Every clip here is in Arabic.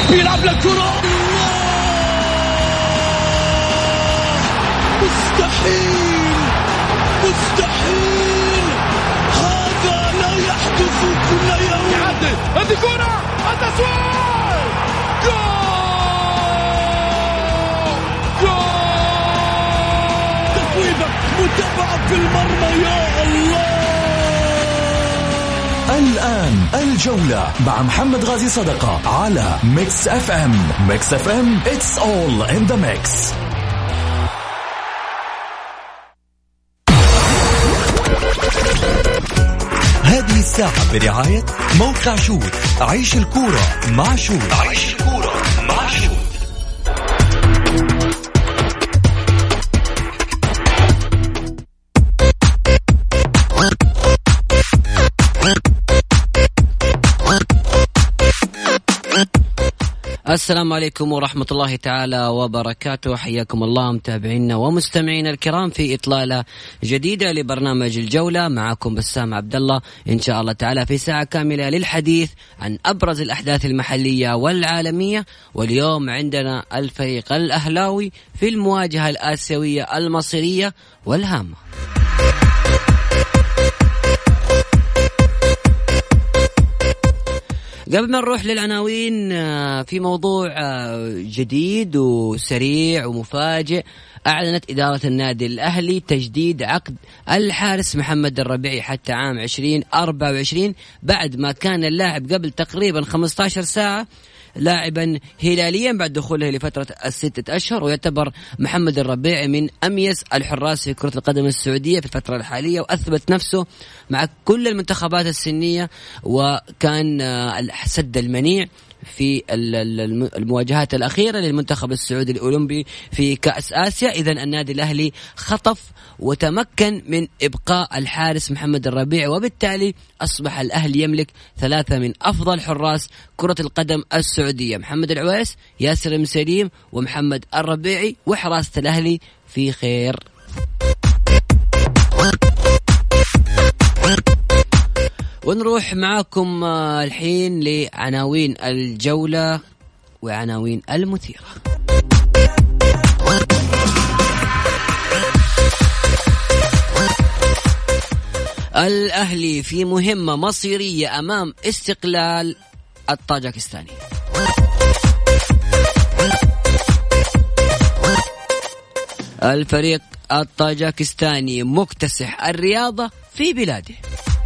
بيلعب للكرة، مستحيل مستحيل، هذا لا يحدث كل يوم. يعدل هذه كرة، التسويق، جول جول، تسويبة متابعة في المرمى، يا الله. الآن الجولة مع محمد غازي صدقة على ميكس اف ام. ميكس اف ام it's all in the mix. هذه الساعة برعاية موقع شوت. عيش الكورة مع شوت. عيش الكورة مع شوت. السلام عليكم ورحمة الله تعالى وبركاته. حياكم الله متابعينا ومستمعينا الكرام في إطلالة جديدة لبرنامج الجولة. معكم بسام عبد الله إن شاء الله تعالى في ساعة كاملة للحديث عن أبرز الأحداث المحلية والعالمية. واليوم عندنا الفريق الأهلاوي في المواجهة الآسيوية المصرية والهامة. قبل ما نروح للعناوين، في موضوع جديد وسريع ومفاجئ. أعلنت إدارة النادي الأهلي تجديد عقد الحارس محمد الربيعي حتى عام 2024 بعد ما كان اللاعب قبل تقريبا 15 ساعة لاعبا هلاليا بعد دخوله لفترة 6 أشهر. ويعتبر محمد الربيعي من أميز الحراس في كرة القدم السعودية في الفترة الحالية، وأثبت نفسه مع كل المنتخبات السنية، وكان سد المنيع في المواجهات الأخيرة للمنتخب السعودي الأولمبي في كأس آسيا. إذن النادي الأهلي خطف وتمكن من إبقاء الحارس محمد الربيعي، وبالتالي أصبح الأهلي يملك 3 من أفضل حراس كرة القدم السعودية: محمد العويس، ياسر المسليم، ومحمد الربيعي. وحراسة الأهلي في خير. ونروح معاكم الحين لعناوين الجولة وعناوين المثيرة. الأهلي في مهمة مصيرية أمام استقلال الطاجكستاني. الفريق الطاجكستاني مكتسح الرياضة في بلاده.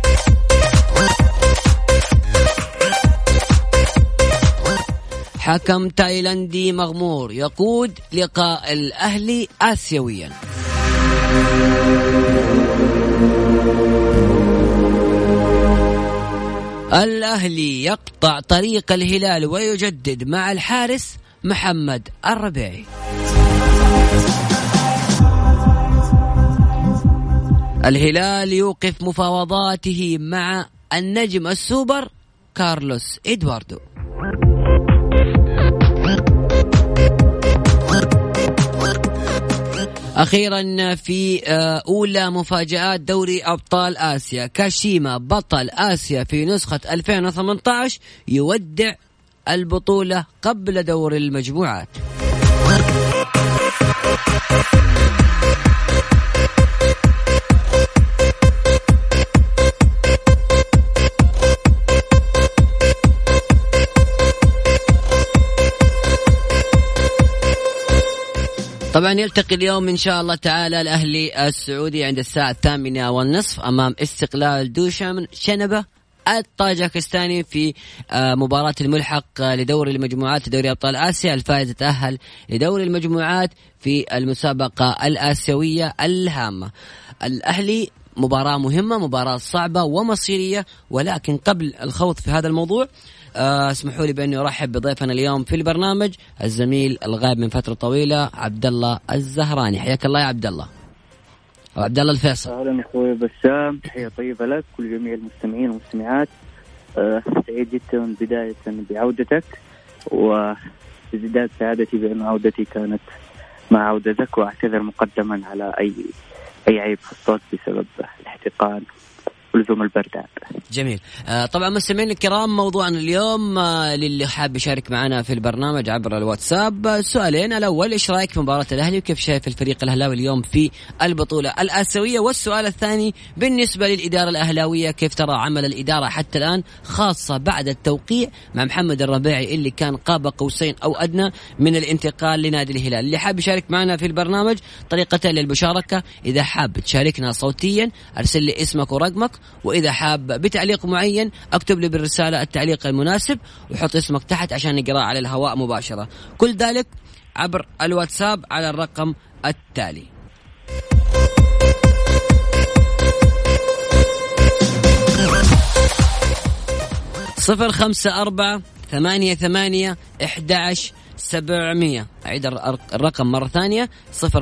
حكم تايلاندي مغمور يقود لقاء الأهلي آسيويا. الأهلي يقطع طريق الهلال ويجدد مع الحارس محمد الربيعي. الهلال يوقف مفاوضاته مع النجم السوبر كارلوس إدواردو. أخيرا في أولى مفاجآت دوري أبطال آسيا، كاشيما بطل آسيا في نسخة 2018 يودع البطولة قبل دور المجموعات. طبعا يلتقي اليوم إن شاء الله تعالى الأهلي السعودي عند الساعة 8:30 أمام استقلال دوشم شنبة الطاجكستاني في مباراة الملحق لدور المجموعات دوري أبطال آسيا. الفائز يتأهل لدور المجموعات في المسابقة الآسيوية الهامة. الأهلي مباراة مهمة، مباراة صعبة ومصيرية، ولكن قبل الخوض في هذا الموضوع اسمحوا لي بأني أرحب بضيفنا اليوم في البرنامج الزميل الغائب من فترة طويلة عبد الله الزهراني. حياك الله يا عبد الله. عبد الله الفيصل. أهلا أخوي بسام، تحية طيبة لك ولجميع المستمعين والمستمعات. سعيد جدا بداية بعودتك، وازداد سعادتي بأن عودتي كانت مع عودتك، وأعتذر مقدما على أي عيب في الصوت بسبب الاحتقان ولزوم البردان. جميل. طبعا مستمعين الكرام، موضوعنا اليوم للي حاب يشارك معنا في البرنامج عبر الواتساب سؤالين. الأول، إيش رأيك في مباراة الأهلي وكيف شايف الفريق الأهلاوي اليوم في البطولة الآسيوية؟ والسؤال الثاني، بالنسبة للإدارة الأهلاوية، كيف ترى عمل الإدارة حتى الآن، خاصة بعد التوقيع مع محمد الربيعي اللي كان قاب قوسين أو أدنى من الانتقال لنادي الهلال؟ اللي حاب يشارك معنا في البرنامج طريقتين للمشاركة: إذا حاب تشاركنا صوتيا أرسل لي اسمك ورقمك، وإذا حاب بتعليق معين اكتب لي بالرسالة التعليق المناسب وحط اسمك تحت عشان نقرأ على الهواء مباشرة. كل ذلك عبر الواتساب على الرقم التالي: 054-88-11700. أعيد الرقم مرة ثانية: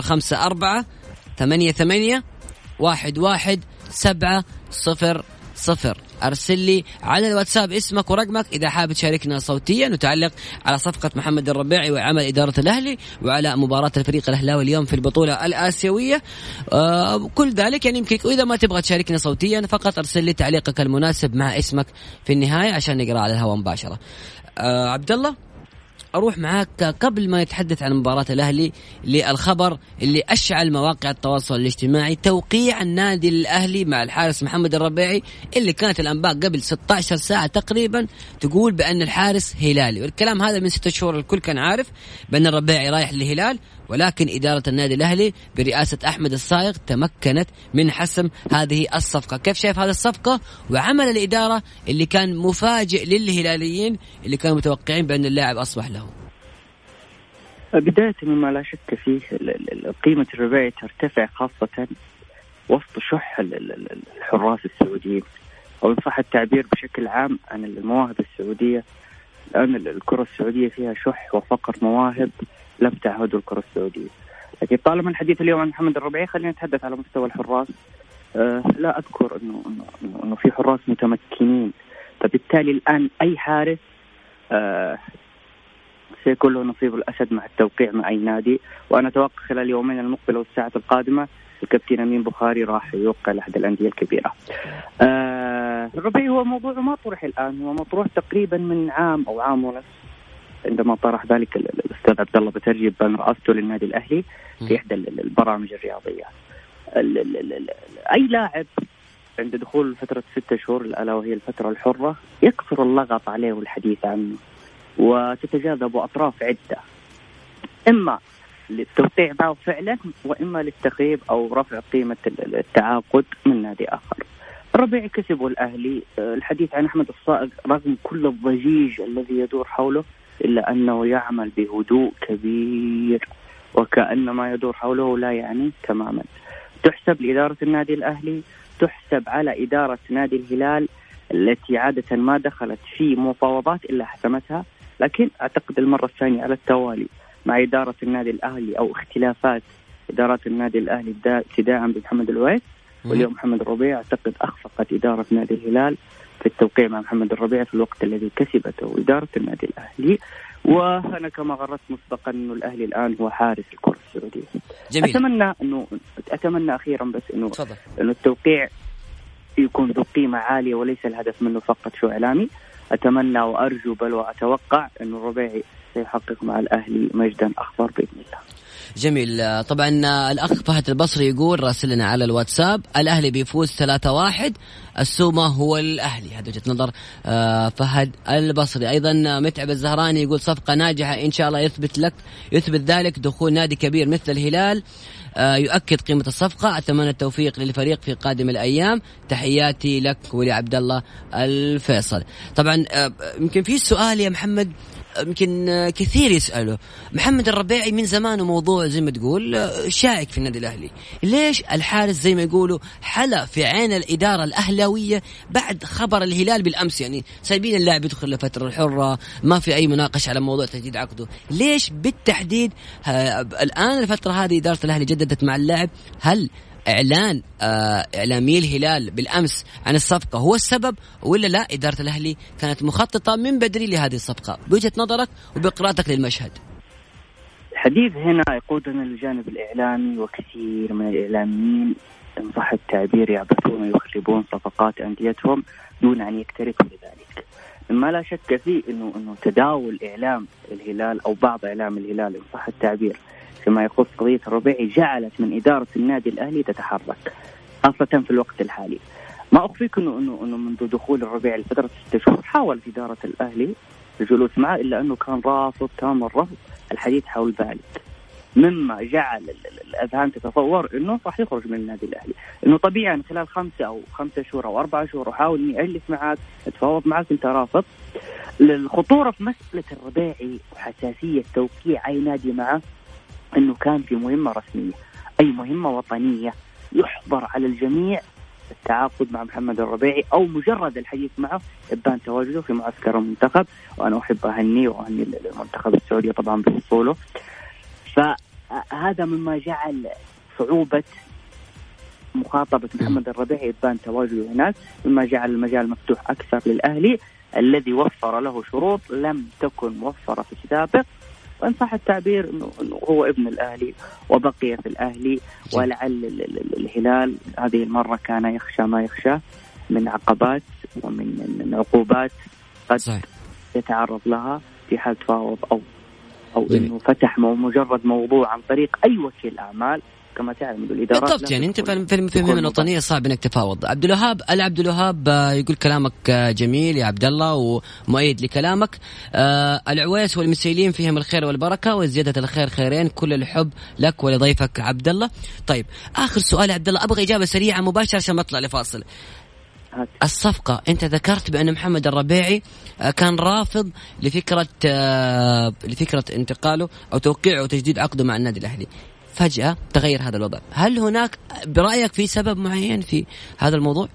054-88-11700. أرسل لي على الواتساب اسمك ورقمك إذا حابب تشاركنا صوتيا وتعلق على صفقة محمد الربيعي وعمل إدارة الأهلي وعلى مباراة الفريق الأهلاوي اليوم في البطولة الآسيوية. كل ذلك يعني يمكن. وإذا ما تبغى تشاركنا صوتيا فقط أرسل لي تعليقك المناسب مع اسمك في النهاية عشان نقرأ على الهواء مباشرة. عبد الله، أروح معاك قبل ما نتحدث عن مباراة الأهلي للخبر اللي أشعل مواقع التواصل الاجتماعي: توقيع النادي الأهلي مع الحارس محمد الربيعي، اللي كانت الأنباء قبل 16 ساعة تقريبا تقول بأن الحارس هلالي. والكلام هذا من 6 شهور، الكل كان عارف بأن الربيعي رايح للهلال، ولكن إدارة النادي الأهلي برئاسة أحمد الصايغ تمكنت من حسم هذه الصفقة. كيف شايف هذه الصفقة وعمل الإدارة اللي كان مفاجئ للهلاليين اللي كانوا متوقعين بأن اللاعب أصبح له؟ بداية مما لا شك فيه، قيمة الربيعي ترتفع خاصة وسط شح الحراس السعوديين، أو إن صح التعبير بشكل عام عن المواهب السعودية. الآن الكرة السعودية فيها شح وفقر مواهب لم تعهده الكرة السعودية. لكن طالما الحديث اليوم عن محمد الربيعي، خلينا نتحدث على مستوى الحراس. لا أذكر إنه في حراس متمكنين، فبالتالي الآن أي حارس سيكون له نصيب الأسد مع التوقيع مع أي نادي. وأنا أتوقع خلال اليومين المقبلة والساعات القادمة الكابتن أمين بخاري راح يوقع لأحد الأندية الكبيرة. الربيعي هو موضوع ما طرح الآن، هو مطروح تقريبا من عام أو عام ونصف، عندما طرح ذلك الأستاذ عبد الله بترجي بأن رأسته للنادي الأهلي في إحدى البرامج الرياضية. أي لاعب عند دخول فترة 6 شهور ألا وهي الفترة الحرة يكثر اللغط عليه والحديث عنه، وتتجاذب أطراف عدة، إما للتوقيع معه فعلا وإما للتخيب أو رفع قيمة التعاقد من نادي آخر. الربيعي كسبه الأهلي. الحديث عن أحمد الصائغ رغم كل الضجيج الذي يدور حوله إلا أنه يعمل بهدوء كبير وكأن ما يدور حوله لا يعني تماما. تحسب لإدارة النادي الأهلي، تحسب على إدارة نادي الهلال التي عادة ما دخلت في مفاوضات إلا حسمتها. لكن أعتقد المرة الثانية على التوالي مع إدارة النادي الأهلي أو اختلافات إدارات النادي الأهلي ابتداء بمحمد الويس واليوم محمد الربيع، أعتقد أخفقت إدارة نادي الهلال في التوقيع مع محمد الربيع في الوقت الذي كسبته إدارة النادي الأهلي. وأنا كما غردت مسبقا أنه الأهلي الآن هو حارس الكرة السعودية. جميل. أتمنى أخيرا بس أنه التوقيع يكون ذو قيمة عالية وليس الهدف منه فقط شو إعلامي. أتمنى وأرجو بل وأتوقع أن الربيعي سيحقق مع الأهلي مجدا أخضر بإذن الله. جميل. طبعا الأخ فهد البصري يقول راسلنا على الواتساب: الأهلي بيفوز 3-1، السومة هو الأهلي. هذا وجهة نظر فهد البصري. أيضا متعب الزهراني يقول: صفقة ناجحة إن شاء الله يثبت ذلك دخول نادي كبير مثل الهلال يؤكد قيمة الصفقة. أتمنى التوفيق للفريق في قادم الأيام، تحياتي لك ولعبد الله الفيصل. طبعا يمكن في سؤال يا محمد يمكن كثير يسأله: محمد الربيعي من زمان وموضوع زي ما تقول شائك في النادي الأهلي، ليش الحارس زي ما يقولوا حلا في عين الإدارة الأهلاوية بعد خبر الهلال بالأمس؟ يعني سايبين اللاعب يدخل لفترة الحرة، ما في أي مناقشة على موضوع تجديد عقده، ليش بالتحديد الآن الفترة هذه إدارة الأهلي جددت مع اللاعب؟ هل إعلان إعلامي الهلال بالأمس عن الصفقة هو السبب، ولا لا إدارة الأهلي كانت مخططة من بدري لهذه الصفقة؟ بوجهة نظرك وبقراءتك للمشهد. الحديث هنا يقودنا للجانب الإعلامي، وكثير من الإعلاميين إن صح التعبير يعبثون ويخربون صفقات أنديتهم دون أن يكترثوا لذلك. ما لا شك فيه إنه تداول إعلام الهلال أو بعض إعلام الهلال إن صح التعبير فيما يخص قضية الربيعي جعلت من إدارة النادي الأهلي تتحرك، خاصة في الوقت الحالي. ما أخفيك إنه منذ دخول الربيعي لفترة 6 شهور حاولت إدارة الأهلي الجلوس معه، إلا أنه كان رافض تام الرفض الحديث حول ذلك، مما جعل الأذهان تتصور إنه راح يخرج من النادي الأهلي. إنه طبيعي خلال 5 شهور أو 4 شهور أحاول إني أجلس معك أتفاوض معك أنت رافض. للخطورة في مسألة الربيعي وحساسية توقيع أي نادي معه إنه كان في مهمة رسمية، أي مهمة وطنية يحظر على الجميع التعاقد مع محمد الربيعي أو مجرد الحديث معه إبان تواجده في معسكر المنتخب. وأنا أحب أهنيه وأهني المنتخب السعودي طبعا بوصوله. فهذا مما جعل صعوبة مخاطبة محمد الربيعي إبان تواجده هناك، مما جعل المجال مفتوح أكثر للأهلي الذي وفر له شروط لم تكن موفرة في السابق. وإن صح التعبير إنه هو ابن الأهلي وبقي في الأهلي، ولعل الهلال هذه المرة كان يخشى ما يخشى من عقبات ومن عقوبات قد يتعرض لها في حال تفاوض أو إنه فتح مجرد موضوع عن طريق أي وكيل أعمال. كما تعلم الإدارات بالضبط، يعني أنت في المهمة الوطنية صعب إنك تفاوض. عبد الوهاب يقول كلامك جميل يا عبد الله ومؤيد لكلامك. العويس والمسيلين فيهم الخير والبركة وزيادة الخير خيرين، كل الحب لك ولضيفك عبد الله. طيب آخر سؤال يا عبد الله، أبغى إجابة سريعة مباشرة عشان ما أطلع لفاصل. الصفقة أنت ذكرت بأن محمد الربيعي كان رافض لفكرة انتقاله أو توقيعه وتجديد عقده مع النادي الأهلي، فجأة تغير هذا الوضع. هل هناك برأيك في سبب معين في هذا الموضوع؟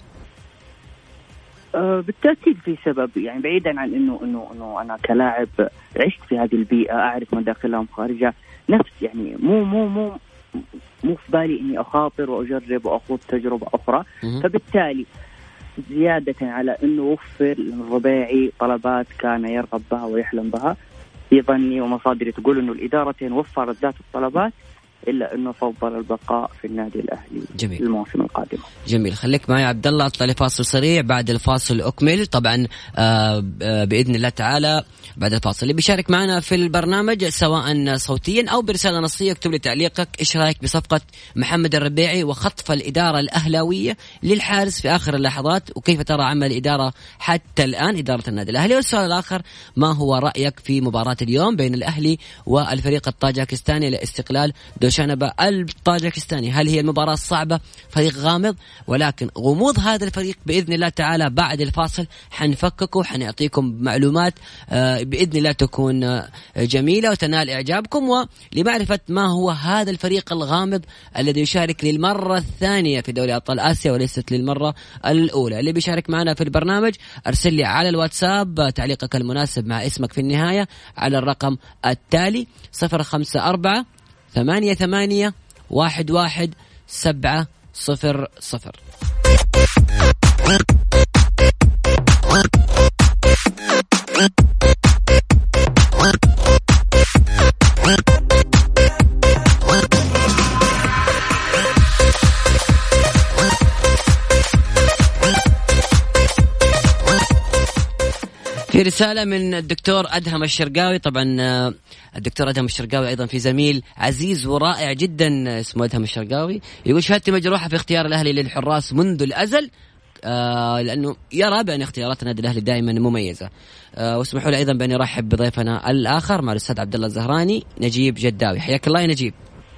بالتأكيد في سبب، يعني بعيدا عن إنه أنا كلاعب عشت في هذه البيئة أعرف مداخلها ومخارجها، نفس يعني مو في بالي إني أخاطر وأجرب وأخوض تجربة أخرى. فبالتالي زيادة على إنه وفر للربيعي طلبات كان يرغب بها ويحلم بها، في ظني ومصادري تقول إنه الإدارتين وفرت ذات الطلبات، إلا إنه فضل البقاء في النادي الأهلي. جميل. الموسم القادم. جميل، خليك معي عبد الله، أطلع لفاصل سريع، بعد الفاصل أكمل طبعا بإذن الله تعالى. بعد الفاصل اللي بيشارك معنا في البرنامج سواء صوتيا أو برسالة نصية اكتب لي تعليقك، إيش رأيك بصفقة محمد الربيعي وخطف الإدارة الأهلاوية للحارس في آخر اللحظات، وكيف ترى عمل الإدارة حتى الآن إدارة النادي الأهلي؟ والسؤال الآخر، ما هو رأيك في مباراة اليوم بين الأهلي والفريق الطاجكستاني لاستقلال دوشانبه الطاجكستاني؟ هل هي المباراة الصعبة؟ فريق غامض، ولكن غموض هذا الفريق بإذن الله تعالى بعد الفاصل حنفككه، حنعطيكم معلومات بإذن الله تكون جميلة وتنال إعجابكم. ولمعرفة ما هو هذا الفريق الغامض الذي يشارك للمرة الثانية في دوري أبطال آسيا وليست للمرة الأولى، اللي بيشارك معنا في البرنامج أرسل لي على الواتساب تعليقك المناسب مع اسمك في النهاية على الرقم التالي 0548811700. في رسالة من الدكتور أدهم الشرقاوي، طبعا الدكتور أدهم الشرقاوي أيضا في زميل عزيز ورائع جدا اسمه أدهم الشرقاوي، يقول شهادتي مجروحة في اختيار الأهلي للحراس منذ الأزل، لأنه يرى بأن اختيارات النادي الأهلي دائما مميزة. واسمحوا لي أيضا بأن يرحب بضيفنا الآخر مع الأستاذ عبد الله الزهراني، نجيب جداوي. حياك الله يا نجيب.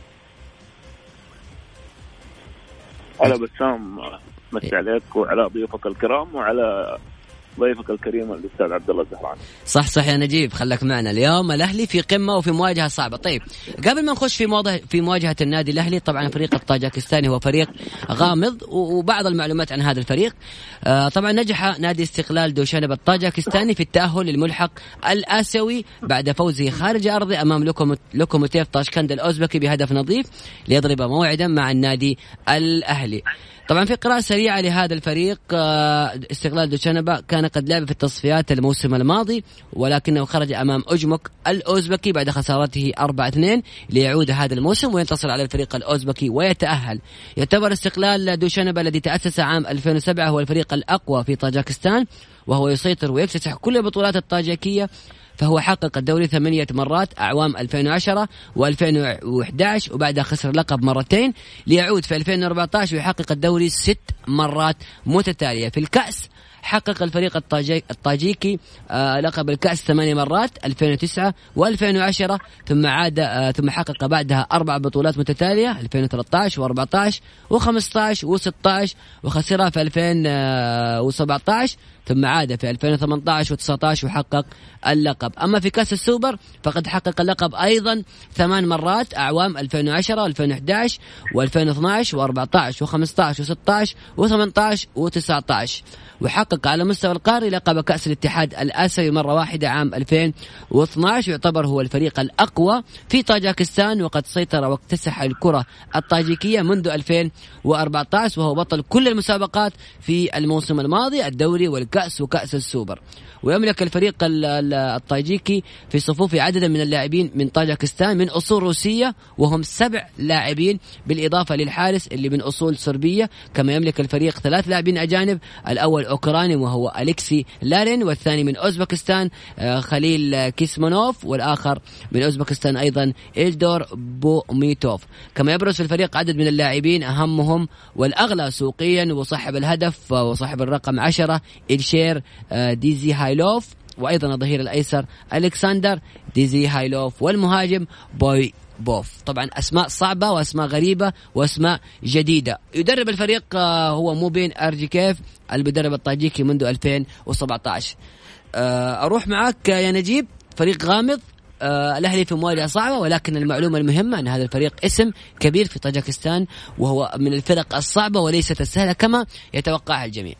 على بسام، مسي عليك وعلى ضيوفك الكرام وعلى ضيفك الكريم الأستاذ عبد الله الزهراني. صح يا نجيب، خلك معنا. اليوم الأهلي في قمة وفي مواجهة صعبة. طيب قبل ما نخش في مواجهة النادي الأهلي، طبعا الفريق الطاجكستاني هو فريق غامض وبعض المعلومات عن هذا الفريق. طبعا نجح نادي استقلال دوشانبه الطاجكستاني في التأهل للملحق الآسيوي بعد فوزه خارج أرضه أمام لوكوموتيف طاشكند الأوزبكي بهدف نظيف ليضرب موعدا مع النادي الأهلي. طبعا في قراءة سريعة لهذا الفريق، استقلال دوشنبه كان قد لعب في التصفيات الموسم الماضي ولكنه خرج أمام أجمك الأوزبكي بعد خسارته 4-2 ليعود هذا الموسم وينتصر على الفريق الأوزبكي ويتأهل. يعتبر استقلال دوشنبه الذي تأسس عام 2007 هو الفريق الأقوى في طاجكستان، وهو يسيطر ويكتسح كل البطولات الطاجيكية، فهو حقق الدوري 8 مرات أعوام 2010 و2011 وبعدها خسر اللقب مرتين ليعود في 2014 ويحقق الدوري 6 مرات متتالية. في الكأس حقق الفريق الطاجيكي لقب الكأس 8 مرات 2009 و2010 ثم حقق بعدها 4 بطولات متتالية 2013 و14 و15 و16 وخسرها في 2017 ثم عاد في 2018 و19 وحقق اللقب. أما في كأس السوبر فقد حقق اللقب أيضا 8 مرات أعوام 2010 و2011 و2012 و14 و15 و16 و18 و19 وحقق على مستوى القاري لقب كأس الاتحاد الآسيوي مرة واحدة عام 2012. يعتبر هو الفريق الأقوى في طاجكستان وقد سيطر واكتسح الكرة الطاجيكية منذ 2014 وهو بطل كل المسابقات في الموسم الماضي الدوري والكأس وكأس السوبر. ويملك الفريق الطاجيكي في صفوف عددا من اللاعبين من طاجكستان من أصول روسية وهم 7 لاعبين بالإضافة للحارس اللي من أصول صربية. كما يملك الفريق 3 لاعبين أجانب، الأول أوكراني وهو أليكسي لارين، والثاني من أوزبكستان خليل كيسمانوف، والآخر من أوزبكستان أيضا إلدور بوميتوف. كما يبرز في الفريق عدد من اللاعبين أهمهم والأغلى سوقيا وصاحب الهدف وصاحب الرقم 10 إلشير ديزي هايلوف، وأيضا الظهير الأيسر ألكسندر ديزي هايلوف، والمهاجم بوي بوف. طبعا أسماء صعبة وأسماء غريبة وأسماء جديدة. يدرب الفريق هو موبين أرجيكيف المدرب الطاجيكي منذ 2017. أروح معك يا نجيب. فريق غامض، الأهلي في مواجهة صعبة، ولكن المعلومة المهمة أن هذا الفريق اسم كبير في طاجكستان وهو من الفرق الصعبة وليست السهلة كما يتوقعها الجميع.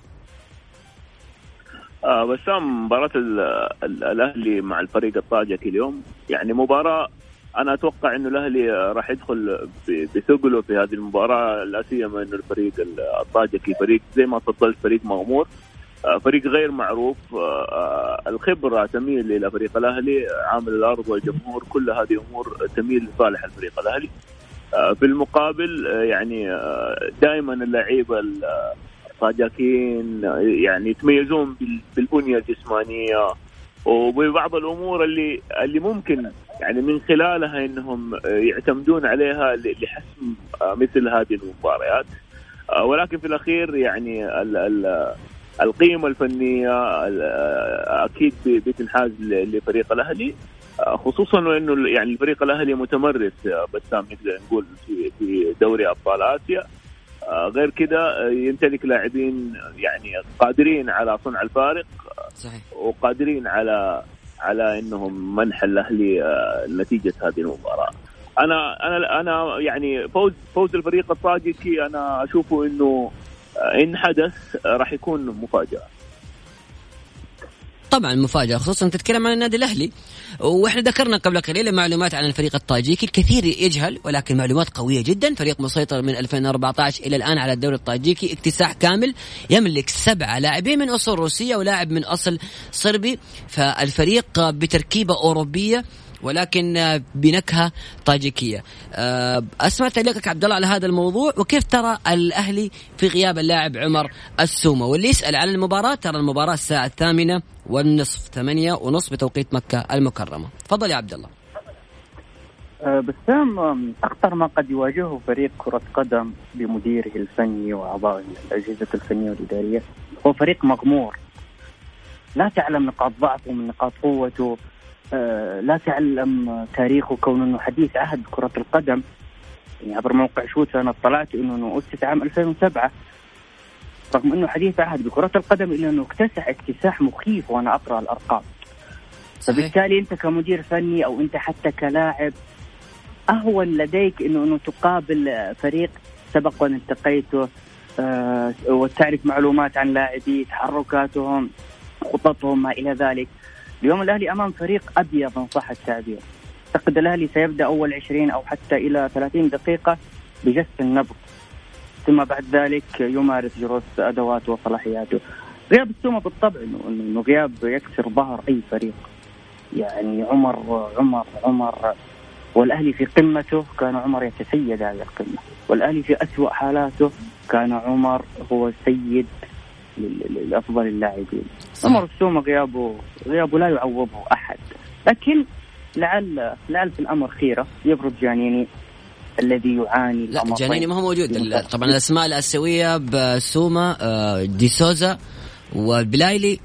بس مباراة الأهلي مع الفريق الطاجكي اليوم يعني مباراة أنا أتوقع إنه الأهلي راح يدخل بثقله في هذه المباراة، لا سيما إنه الفريق الطاجكي فريق زي ما تفضلت فريق مغمور، فريق غير معروف. الخبرة تميل إلى فريق الأهلي، عامل الأرض والجمهور كل هذه أمور تميل لصالح الفريق الأهلي. في المقابل يعني دائما اللعيبة الطاجكيين يعني يتميزون بالبنية الجسمانية وببعض الأمور اللي ممكن يعني من خلالها إنهم يعتمدون عليها لحسم مثل هذه المباريات. ولكن في الأخير يعني القيمة الفنية أكيد بتنحاز لفريق الأهلي، خصوصا إنه يعني الفريق الأهلي متمرس بسام نقدر نقول في دوري أبطال آسيا. غير كده يمتلك لاعبين يعني قادرين على صنع الفارق. صحيح. وقادرين على انهم منح الاهلي نتيجه هذه المباراه. انا يعني فوز الفريق الطاجيكي انا اشوفه انه ان حدث راح يكون مفاجاه. طبعا مفاجأة، خصوصا تتكلم عن النادي الأهلي، وإحنا ذكرنا قبل قليل معلومات عن الفريق الطاجيكي الكثير يجهل، ولكن معلومات قوية جدا. فريق مسيطر من 2014 إلى الآن على الدوري الطاجيكي، اكتساح كامل، يملك 7 لاعبين من أصل روسية ولاعب من أصل صربي، فالفريق بتركيبة أوروبية ولكن بنكهة طاجيكية. أسمع تعليقك عبد الله على هذا الموضوع، وكيف ترى الأهلي في غياب اللاعب عمر السومة؟ واللي يسأل على المباراة، ترى المباراة الساعة 8:30 8:30 بتوقيت مكة المكرمة. تفضل يا عبد الله. بسام، أخطر ما قد يواجهه فريق كرة قدم بمديره الفني وأعضاء الأجهزة الفنية والإدارية هو فريق مغمور، لا تعلم نقاط ضعفه من نقاط قوته، لا تعلم تاريخه كونه حديث عهد كرة القدم. يعني عبر موقع شوت أنا اطلعت إنه أسس عام 2007، رغم إنه حديث عهد بكرة القدم إلا إنه اكتسح اكتساح مخيف وأنا أقرأ الأرقام. فبالتالي أنت كمدير فني أو أنت حتى كلاعب أهون لديك إنه تقابل فريق سبق وأن التقيته وتعرف معلومات عن لاعبي، تحركاتهم، خططهم، ما إلى ذلك. اليوم الأهلي أمام فريق أبيض إن صح التعبير. أعتقد الأهلي سيبدأ أول 20 أو حتى إلى 30 دقيقة بجس النبض، ثم بعد ذلك يمارس دروس أدواته وصلاحياته. غياب السومة بالطبع إنه غياب يكسر ظهر أي فريق. يعني عمر والأهلي في قمته كان عمر يتسيد هذه القمة، والأهلي في أسوأ حالاته كان عمر هو سيد لأفضل اللاعبين. عمر السومة غيابه لا يعوضه أحد، لكن لعل في الأمر خيرة. يبرز جانيني الذي يعاني. لا جانيني ما هو موجود. طبعا الأسماء الآسيوية بسومة، دي سوزا والبلايلي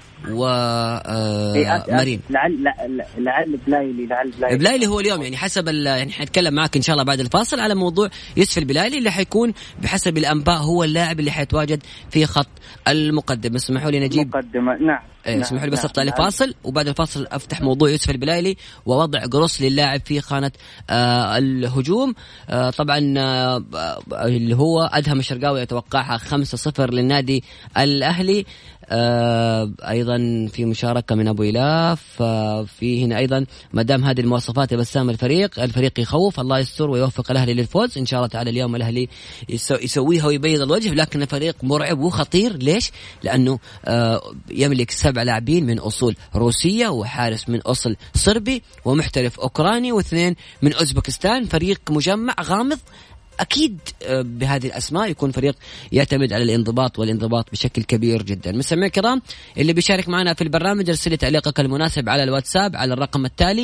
ومارين. لعل بلايلي هو اليوم، يعني حسب يعني حنتكلم معك إن شاء الله بعد الفاصل على موضوع يوسف البلايلي اللي حيكون بحسب الأنباء هو اللاعب اللي حيتواجد في خط المقدمة. اسمحوا لي نجيب مقدمة. نعم. اسمحوا لي بس اطلع لي فاصل، وبعد الفاصل افتح موضوع يوسف البلايلي ووضع قرص للاعب في خانة الهجوم. طبعا اللي هو أدهم الشرقاوي يتوقعها 5-0 للنادي الأهلي. أيضا في مشاركة من أبو إلاف. في هنا أيضا مدام هذه المواصفات بسام الفريق يخوف، الله يستر ويوفق الأهلي للفوز إن شاء الله تعالى. اليوم الأهلي يسويها ويبيض الوجه، لكن الفريق مرعب وخطير. ليش؟ لأنه يملك 7 لاعبين من أصول روسية، وحارس من أصل صربي، ومحترف أوكراني، و2 من أوزبكستان. فريق مجمع غامض. أكيد بهذه الأسماء يكون فريق يعتمد على الانضباط والانضباط بشكل كبير جدا. مستمعين الكرام اللي بيشارك معنا في البرنامج ارسل لي تعليقك المناسب على الواتساب على الرقم التالي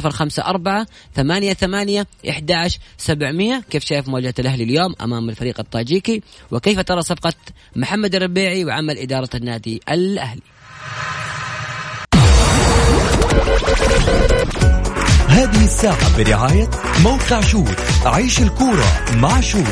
0548811700. كيف شايف مواجهة الأهلي اليوم أمام الفريق الطاجيكي، وكيف ترى صفقة محمد الربيعي وعمل إدارة النادي الأهلي؟ هذه الساعة برعاية موقع شوت. عيش الكورة مع شوت.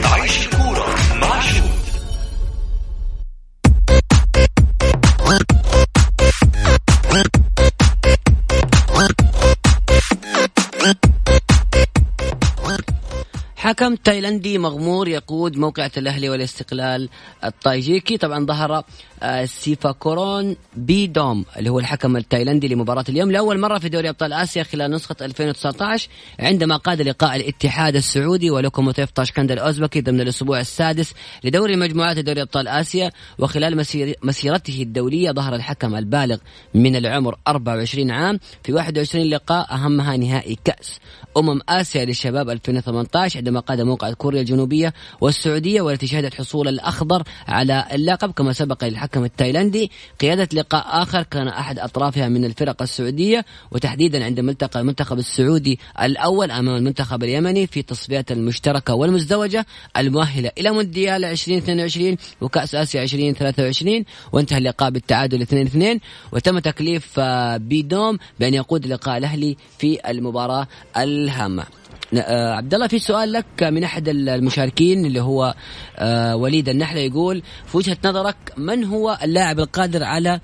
حكم تايلندي مغمور يقود موقعة الأهلي والاستقلال الطاجيكي. طبعا ظهر سيفاكورون بيدوم اللي هو الحكم التايلندي لمباراة اليوم لأول مرة في دوري أبطال آسيا خلال نسخة 2019 عندما قاد لقاء الاتحاد السعودي ولوكوموتيف طاشكند الأوزبكي ضمن الأسبوع السادس لدوري المجموعات دوري أبطال آسيا. وخلال مسيرته الدولية ظهر الحكم البالغ من العمر 24 عام في 21 لقاء أهمها نهائي كأس آسيا للشباب 2018 عندما قاد موقع كوريا الجنوبية والسعودية، والتي شهدت حصول الأخضر على اللقب. كما سبق للحكم التايلندي قيادة لقاء آخر كان أحد أطرافها من الفرق السعودية، وتحديدا عندما التقى المنتخب السعودي الأول أمام المنتخب اليمني في تصفيات المشتركة والمزدوجة المؤهلة إلى مونديال 2022 وكأس آسيا 2023، وانتهى اللقاء بالتعادل 2-2. وتم تكليف بيدوم بأن يقود لقاء الأهلي في المباراة الهامة. عبد الله في سؤال لك من أحد المشاركين اللي هو وليد النحلة، يقول في وجهة نظرك من هو اللاعب القادر على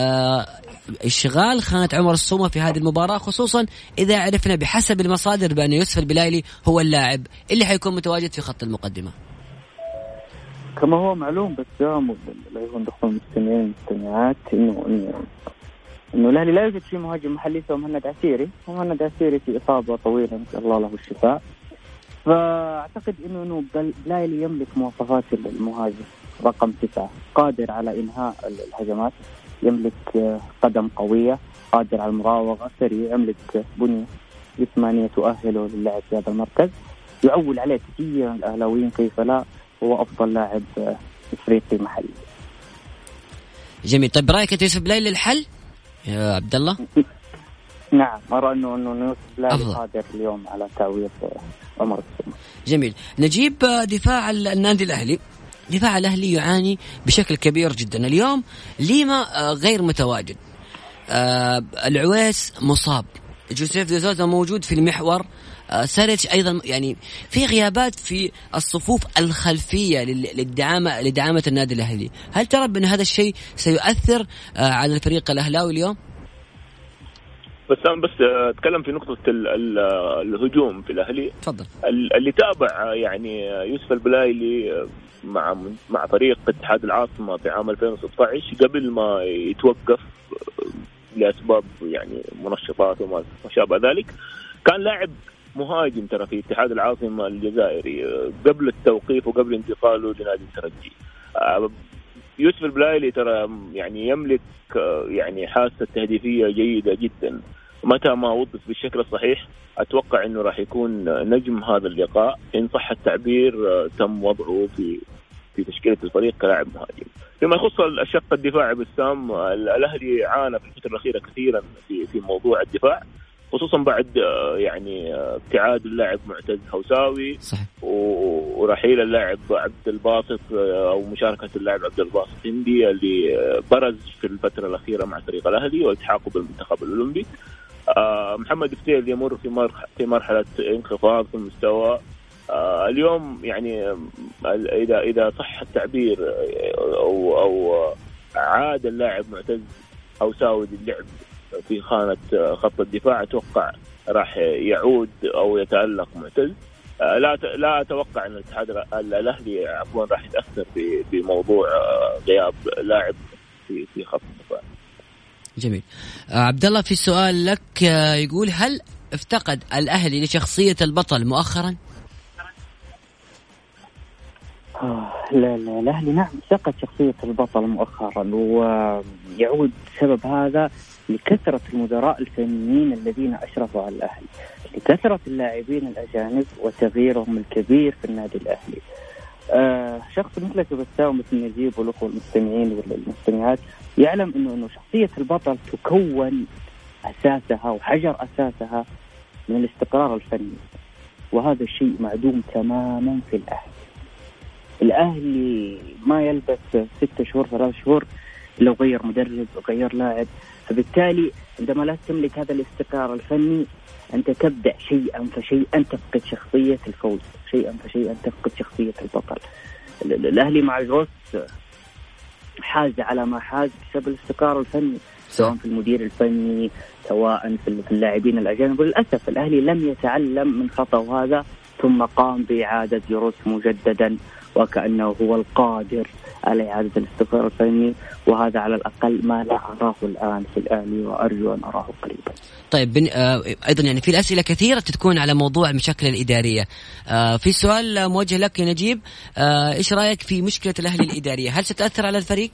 اشغال خانة عمر السومة في هذه المباراة، خصوصا إذا عرفنا بحسب المصادر بأن يوسف البلايلي هو اللاعب اللي حيكون متواجد في خط المقدمة؟ كما هو معلوم بس لا يكون دخول المستمعين والمستمعات إنه الأهلي لا يوجد فيه مهاجم محلي سوى مهند عسيري، ومهند عسيري في إصابة طويلة نسأل الله له الشفاء. فأعتقد إنه بلايلي يملك مواصفات المهاجم رقم 9، قادر على إنهاء الهجمات، يملك قدم قوية، قادر على المراوغة، سريع، يملك بنية جسمانية تؤهله للعب في هذا المركز. يعول عليه كثيرا الأهلاويين كيف لا، هو أفضل لاعب إفريقي محلي. جميل. طيب رأيك يوسف بلايلي الحل يا عبد الله؟ نعم أرى إنه يوسف بلايلي قادر اليوم على تعويض عمر السومة. جميل. نجيب دفاع النادي الأهلي. دفاع الأهلي يعاني بشكل كبير جدا اليوم. ليما غير متواجد، العويس مصاب، جوزيف ديزوزا موجود في المحور، ساريتش أيضا، يعني في غيابات في الصفوف الخلفية لدعامة النادي الأهلي. هل ترى بأن هذا الشيء سيؤثر على الفريق الأهلاوي اليوم؟ بس أتكلم في نقطة الهجوم في الأهلي. تفضل. اللي تابع يعني يوسف البلايلي مع فريق اتحاد العاصمة في عام 2016 قبل ما يتوقف لأسباب يعني منشطات وما شابه ذلك، كان لاعب مهاجم ترى في اتحاد العاصمة الجزائري قبل التوقيف وقبل انتقاله لنادي الترجي. يوسف البلايلي ترى يعني يملك يعني حاسة تهديفية جيدة جدا، متى ما وظف بالشكل الصحيح أتوقع أنه راح يكون نجم هذا اللقاء إن صح التعبير. تم وضعه في تشكيلة الفريق كلاعب مهاجم. فيما يخص الشق الدفاعي بسام، الأهلي عانى في الفترة الأخيرة كثيرا في موضوع الدفاع، خصوصا بعد يعني ابتعاد اللاعب معتز هوساوي ورحيل اللاعب عبد الباسط أو مشاركة اللاعب عبد الباسط هندي اللي برز في الفترة الأخيرة مع فريق الأهلي والتحاقه بالمنتخب الأولمبي. محمد فتيل يمر في مرحلة انخفاض في المستوى. اليوم يعني إذا صح التعبير أو عاد اللاعب معتز هوساوي للعب في خانة خط الدفاع، أتوقع راح يعود أو يتألق معتز. لا أتوقع أن الاتحاد الأهلي عفوا راح يتأثر بموضوع غياب لاعب في خط الدفاع. جميل. عبد الله في سؤال لك، يقول هل افتقد الأهلي لشخصية البطل مؤخرا؟ لا الأهلي نعم افتقد شخصية البطل مؤخرا، ويعود سبب هذا لكثرة المدراء الفنيين الذين أشرفوا على الأهلي، لكثرة اللاعبين الأجانب وتغييرهم الكبير في النادي الأهلي. شخص مثلك بسام مثل نجيب والأخوة المستمعين والمستمعات يعلم إنه شخصية البطل تكون أساسها وحجر أساسها من الاستقرار الفني، وهذا الشيء معدوم تماما في الأهلي. الأهلي ما يلبث 6 شهور 3 شهور لو غير مدرب وغير لاعب، فبالتالي عندما لا تملك هذا الاستقرار الفني أنت تبدأ شيئا فشيئا تفقد شخصية الفوز، شيئا فشيئا تفقد شخصية البطل. الأهلي مع جروس حاز على ما حاز بسبب الاستقرار الفني، سواء في المدير الفني سواء في اللاعبين الأجانب. وللأسف الأهلي لم يتعلم من خطأ هذا ثم قام بإعادة جروس مجددا وكأنه هو القادر على إعادة الاستقرار الفني، وهذا على الأقل ما لا أراه الآن في الأهلي وأرجو أن أراه قريبا. طيب أيضا يعني في الأسئلة كثيرة تكون على موضوع المشاكل الإدارية. في سؤال موجه لك يا نجيب، إيش رأيك في مشكلة الأهلي الإدارية؟ هل ستأثر على الفريق؟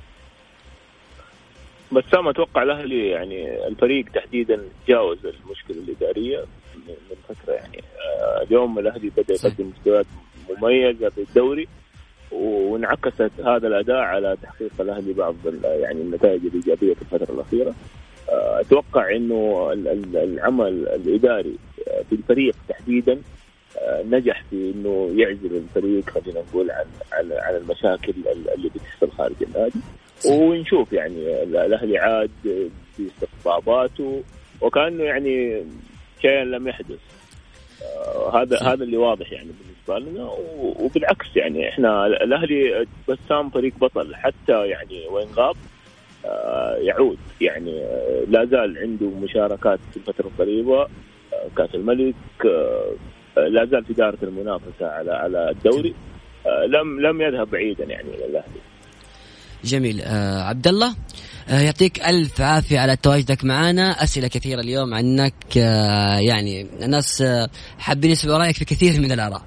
بس ما أتوقع الأهلي يعني الفريق تحديدا تجاوز المشكلة الإدارية من فترة. يعني اليوم الأهلي بدأ يقدم مستويات مميزة في الدوري، وانعكست هذا الأداء على تحقيق الأهلي بعض يعني النتائج الإيجابية في الفترة الأخيرة. أتوقع إنه العمل الإداري في الفريق تحديدا نجح في إنه يعزل الفريق خلينا نقول عن المشاكل اللي بتحصل خارج النادي، ونشوف يعني الأهلي عاد باستقطاباته وكأنه يعني شيء لم يحدث. هذا اللي واضح يعني بالنسبة لنا. وبالعكس يعني إحنا الأهلي بسام فريق بطل، حتى يعني وين غاب يعود. يعني لا زال عنده مشاركات في الفترة القريبة كأس الملك، لا زال في دائرة المنافسة على الدوري، لم يذهب بعيدا يعني الأهلي. جميل. عبد الله يعطيك ألف عافية على تواجدك معنا. أسئلة كثيرة اليوم عنك، يعني الناس حابين يسمعوا رأيك في كثير من الآراء.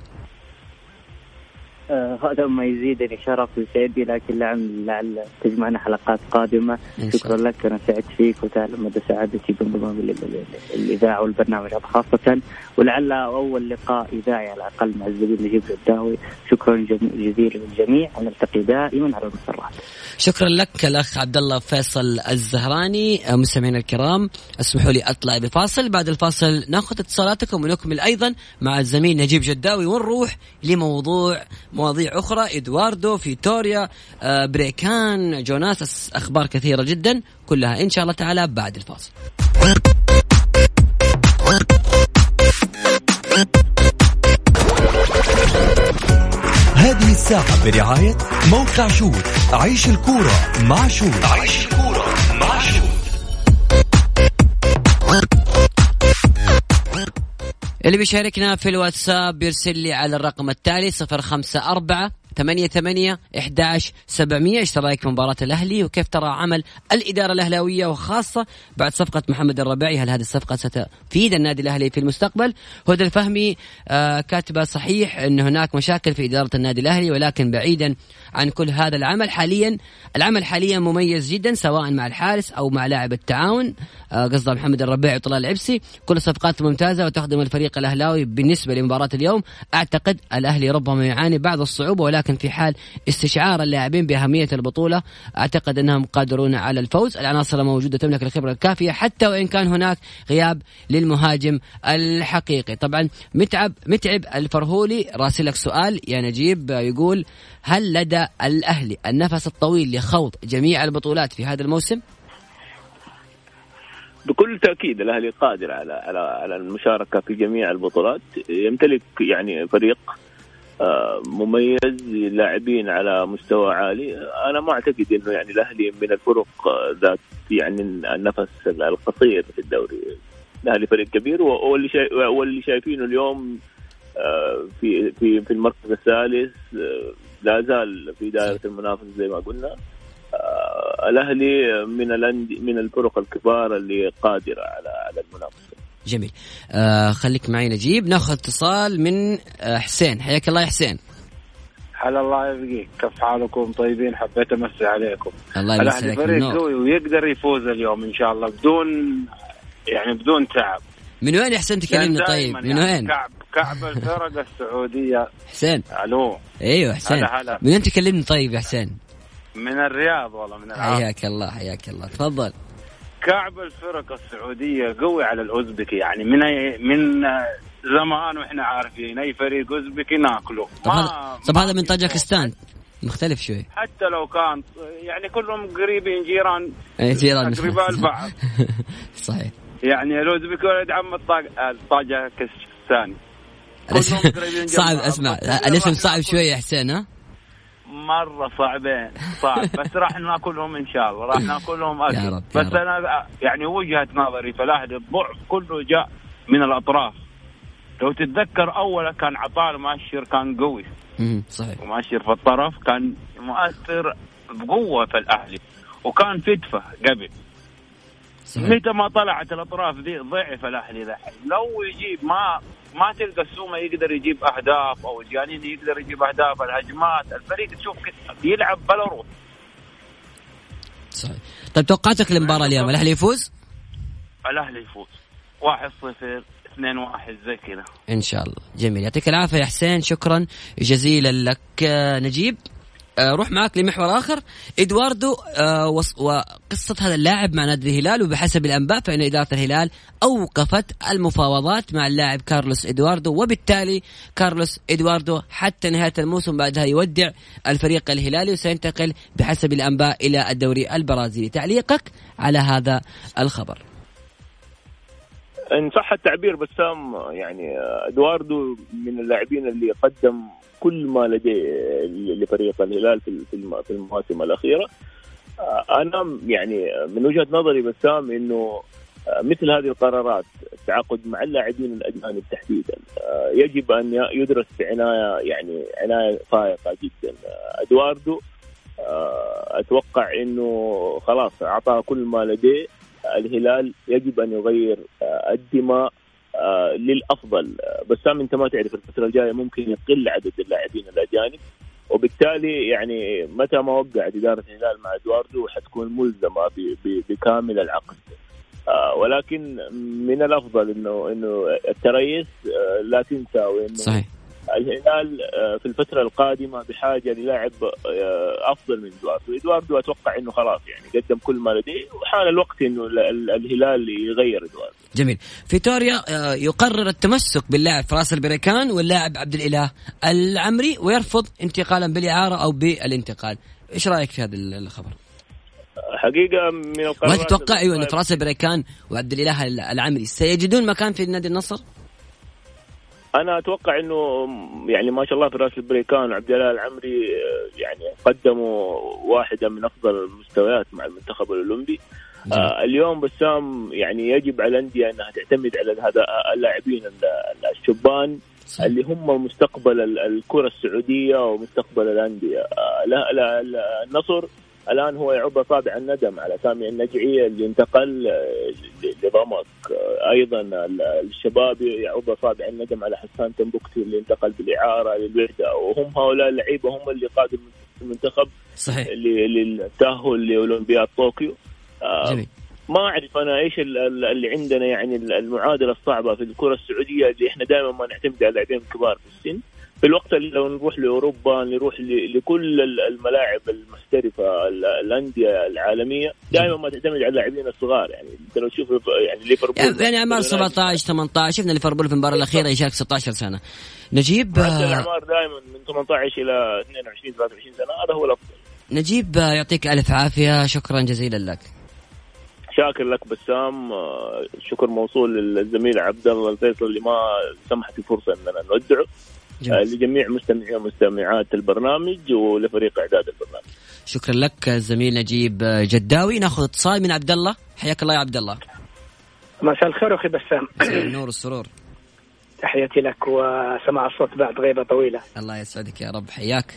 هذا ما يزيدني شرف وسعدي، لكن لعل تجمعنا حلقات قادمة. شكرا لك، أنا سعدت فيك وتعلم مدى سعادتي بانضمام الإذاعة والبرنامج هذا خاصة، ولعل أول لقاء إذاعي على الأقل مع الزميل نجيب جداوي. شكرا جزيلا للجميع، ونلتقي دائما على المسرات. شكرا لك الأخ عبد الله فيصل الزهراني. مستمعينا الكرام اسمحوا لي أطلع بفاصل، بعد الفاصل نأخذ اتصالاتكم ونكمل أيضا مع الزميل نجيب جداوي، ونروح مواضيع أخرى، إدواردو، فيتوريا، بريكان، جوناس، أخبار كثيرة جدا كلها إن شاء الله تعالى بعد الفاصل. هذه الساعة برعاية موقع شوت. عيش الكورة مع شوت. اللي بيشاركنا في الواتساب يرسل لي على الرقم التالي 054 88-11-700. ايش رايك في مباراة الأهلي وكيف ترى عمل الإدارة الأهلاوية وخاصة بعد صفقة محمد الربيعي؟ هل هذه الصفقة ستفيد النادي الأهلي في المستقبل؟ هدى الفهمي كاتبة صحيح أن هناك مشاكل في إدارة النادي الأهلي، ولكن بعيدا عن كل هذا العمل حاليا مميز جدا سواء مع الحارس أو مع لاعب التعاون، قصده محمد الربيعي وطلال العبسي. كل الصفقات ممتازة وتخدم الفريق الأهلاوي. بالنسبة لمباراة اليوم أعتقد الأهلي ربما يعاني بعض الصعوبة، ولكن في حال استشعار اللاعبين بأهمية البطولة أعتقد أنهم قادرون على الفوز. العناصر الموجودة تملك الخبرة الكافية حتى وإن كان هناك غياب للمهاجم الحقيقي. طبعا متعب الفرهولي راسلك سؤال يا نجيب، يقول هل لدى الأهلي النفس الطويل لخوض جميع البطولات في هذا الموسم؟ بكل تأكيد الأهلي قادر على المشاركة في جميع البطولات. يمتلك يعني فريق مميز، لاعبين على مستوى عالي. أنا ما أعتقد إنه يعني الأهلي من الفرق ذات يعني النفس القصير في الدوري. الأهلي فريق كبير، واللي شايفينه اليوم في المركز الثالث لا زال في دائرة المنافسة زي ما قلنا. الأهلي من الفرق الكبار اللي قادرة على المنافسة. جميل. خليك معي نجيب، ناخذ اتصال من حسين. حياك الله يا حسين. حال الله يبقيك، كيف حالكم؟ طيبين؟ حبيت أمسي عليكم. الله يمسي عليك. الأهلي فريق قوي ويقدر يفوز اليوم إن شاء الله بدون تعب. من وين يا حسين تكلمني؟ طيب من وين؟ كعب الفرق السعودية. حسين. ألو. أيوه حسين. هلا. من وين تكلمني طيب يا حسين؟ من الرياض والله، من العراق. حياك الله تفضل. كعب الفرق السعودية قوي على الأوزبكي، يعني من زمان وإحنا عارفين أي فريق أوزبكي ناكله. طب هذا من طاجكستان مختلف شوي. حتى لو كان يعني كلهم قريبين جيران قريبا البعض. صحيح. يعني الأوزبكي ولد عم الطاجكستاني. صعب أسمع الاسم صعب شوي يا حسين. ها مرة صعب بس راح ناكلهم إن شاء الله، راح ناكلهم أكل. بس أنا يعني وجهة نظري فالأهلي الضعف كله جاء من الأطراف. لو تتذكر أولا كان عطال مؤشر كان قوي. صحيح. ومؤشر في الطرف كان مؤثر بقوة في الأهلي، وكان فتفة قبل. متى ما طلعت الأطراف دي ضعف الأهلي ذحين. لو يجيب ما تلقى السومة يقدر يجيب أهداف، أو الجانين يقدر يجيب أهداف. الهجمات الفريق تشوف يلعب بلا روح. صحيح. طيب توقعاتك للمباراة اليوم؟ الأهلي يفوز 1-0 2-1 زي كذا إن شاء الله. جميل، يعطيك العافية يا حسين، شكرا جزيلا لك. نجيب روح معك لمحور آخر. إدواردو وقصة هذا اللاعب مع نادي الهلال، وبحسب الأنباء فإن إدارة الهلال أوقفت المفاوضات مع اللاعب كارلوس إدواردو، وبالتالي كارلوس إدواردو حتى نهاية الموسم بعدها يودع الفريق الهلالي وسينتقل بحسب الأنباء إلى الدوري البرازيلي. تعليقك على هذا الخبر؟ إن صح التعبير بسام، يعني إدواردو من اللاعبين اللي قدم كل ما لديه لفريق الهلال في المواسم الأخيرة. أنا يعني من وجهة نظري بسام إنه مثل هذه القرارات التعاقد مع اللاعبين الأجانب تحديدا يجب أن يدرس عناية فائقة جدا. إدواردو أتوقع إنه خلاص أعطاه كل ما لديه. الهلال يجب أن يغير الدماء للأفضل. بسام أنت ما تعرف الفترة الجاية ممكن يقل عدد اللاعبين الأجانب، وبالتالي يعني متى ما وقعت إدارة الهلال مع إدواردو حتكون ملزمة بكامل العقد. ولكن من الأفضل إنه التريث لا تنسى، وإنه صحيح الهلال في الفترة القادمة بحاجة للاعب أفضل من إدواردو. أتوقع إنه خلاص يعني قدم كل ما لديه، وحان الوقت إنه الهلال يغير إدواردو. جميل. فيتوريا يقرر التمسك باللاعب فراس البريكان واللاعب عبد الإله العمري، ويرفض انتقالا بالإعارة أو بالانتقال. إيش رأيك في هذا الخبر؟ حقيقة من القرارات. ما تتوقع أن فراس البريكان وعبد الإله العمري سيجدون مكان في النادي النصر؟ أنا أتوقع إنه يعني ما شاء الله فراس البريكان وعبد الله العمري يعني قدموا واحدة من أفضل المستويات مع المنتخب الأولمبي. اليوم بسام يعني يجب على الأندية أنها تعتمد على هذا اللاعبين الشبان اللي هم مستقبل الكرة السعودية ومستقبل الأندية. لا النصر الآن هو يعب أصابع الندم على سامي النجعي اللي انتقل لضمك، أيضا الشباب يعب أصابع الندم على حسان تنبكتي اللي انتقل بالإعارة للوحدة، وهم هؤلاء اللعيبة هم اللي قادوا المنتخب صحيح للتأهل لأولمبياد طوكيو. جميل. ما أعرف أنا إيش اللي عندنا، يعني المعادلة الصعبة في الكرة السعودية اللي إحنا دائما ما نعتمد على لاعبين كبار في السن، في الوقت اللي لو نروح لأوروبا نروح لكل الملاعب المحترفة الأندية العالمية دائما ما تعتمد على اللاعبين الصغار. يعني أنت لو تشوف يعني ليفربول يعني أعمار 17 18 شفنا ليفربول في المباراة الأخيرة يشارك 16 سنة. نجيب الأعمار دائما من 18 إلى 22 23 سنة هذا هو الأفضل. نجيب يعطيك ألف عافية، شكرا جزيلا لك. شاكر لك بسام، شكر موصول للزميل عبد الله الفيصل اللي ما سمحت فرصة أننا نودعه، لجميع مستمعي ومستمعات البرنامج ولفريق إعداد البرنامج. شكرا لك الزميل نجيب جداوي. ناخذ اتصال من عبد الله. حياك الله يا عبد الله. مساء الخير أخي بسام. النور والسرور. تحياتي لك وسمع الصوت بعد غيبة طويلة. الله يسعدك يا رب. حياك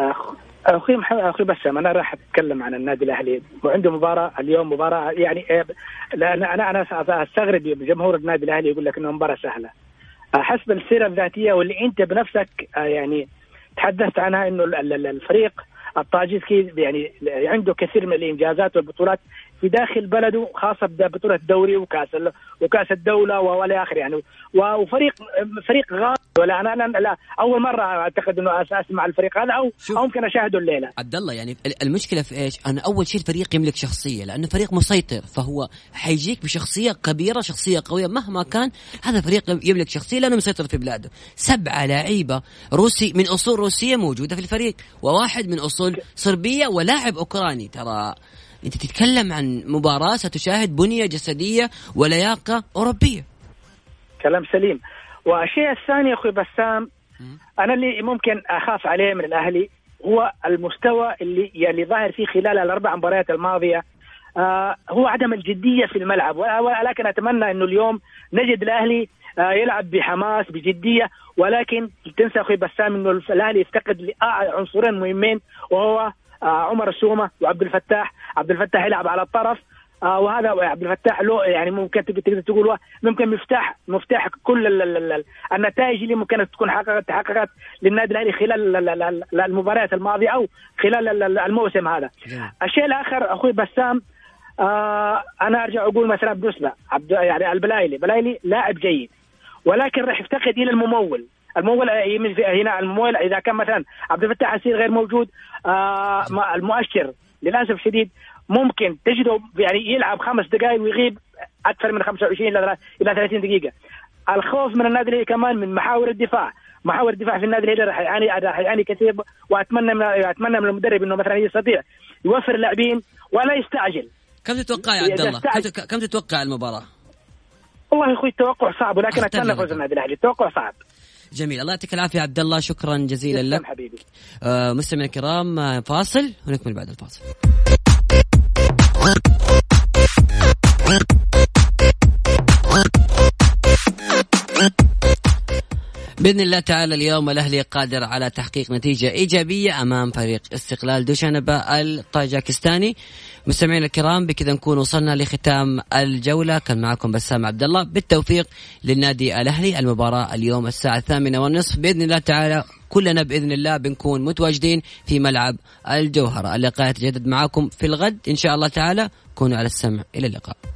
أخي بسام. أنا راح أتكلم عن النادي الأهلي وعنده مباراة اليوم، مباراة يعني أنا أستغرب بجمهور النادي الأهلي يقول لك إنه مباراة سهلة حسب السيرة الذاتية واللي أنت بنفسك يعني تحدثت عنها، إنه الفريق الطاجيكي يعني عنده كثير من الإنجازات والبطولات في داخل بلده، خاصة ببطولة الدوري وكأس الدولة ولا آخر يعني، وفريق غاضب. ولا أنا لا أول مرة أعتقد إنه أسمع الفريق هذا أو ممكن أشاهده الليلة. عبد الله يعني المشكلة في إيش؟ أنا أول شيء الفريق يملك شخصية، لأنه فريق مسيطر، فهو حيجيك بشخصية كبيرة، شخصية قوية مهما كان. هذا فريق يملك شخصية لأنه مسيطر في بلاده. 7 لاعيبة روسي من أصول روسية موجودة في الفريق، وواحد من أصول صربية ولاعب أوكراني. ترى أنت تتكلم عن مباراة ستشاهد بنية جسدية ولياقة أوروبية. كلام سليم. والشيء الثاني أخوي بسام، أنا اللي ممكن أخاف عليه من الأهلي هو المستوى اللي ظاهر فيه خلال ال4 مباريات الماضية، هو عدم الجدية في الملعب. ولكن أتمنى أنه اليوم نجد الأهلي يلعب بحماس بجدية، ولكن تنسى أخوي بسام أنه الأهلي يفتقد عنصرين مهمين، وهو عمر السومة وعبد الفتاح. عبد الفتاح يلعب على الطرف، وهذا عبد الفتاح له يعني ممكن تقدر تقول ممكن مفتاح كل النتائج اللي ممكن تكون تحققت للنادي الأهلي خلال المباريات الماضية أو خلال الموسم هذا. الشيء الآخر أخوي بسام، أنا أرجع أقول مثلا بالنسبة يعني البلايلي لاعب جيد، ولكن راح يفتقد إلى الممول هنا. الممول إذا كان مثلا عبد الفتاح السير غير موجود، المؤشر للأسف الشديد ممكن تجده يعني يلعب 5 دقائق ويغيب أكثر من 25 إلى 30 دقيقة. الخوف من النادي الأهلي كمان من محاور الدفاع في النادي الأهلي راح يعاني كثير، وأتمنى من المدرب إنه مثلا يستطيع يوفر لاعبين ولا يستعجل. كم تتوقع يا عبد الله؟ كم تتوقع المباراة؟ والله أخوي التوقع صعب، ولكن أتمنى فوز النادي الأهلي. التوقع صعب. جميل، الله يعطيك العافية عبد الله، شكرا جزيلا لك حبيبي. مستمعينا الكرام، فاصل ونكمل بعد الفاصل. بإذن الله تعالى اليوم الأهلي قادر على تحقيق نتيجة إيجابية أمام فريق استقلال دوشنبه الطاجكستاني. مستمعينا الكرام، بكذا نكون وصلنا لختام الجولة. كان معكم بسام عبد الله، بالتوفيق للنادي الأهلي. المباراة اليوم الساعة 8:30 بإذن الله تعالى، كلنا بإذن الله بنكون متواجدين في ملعب الجوهرة. اللقاء يتجدد معكم في الغد إن شاء الله تعالى. كونوا على السمع، إلى اللقاء.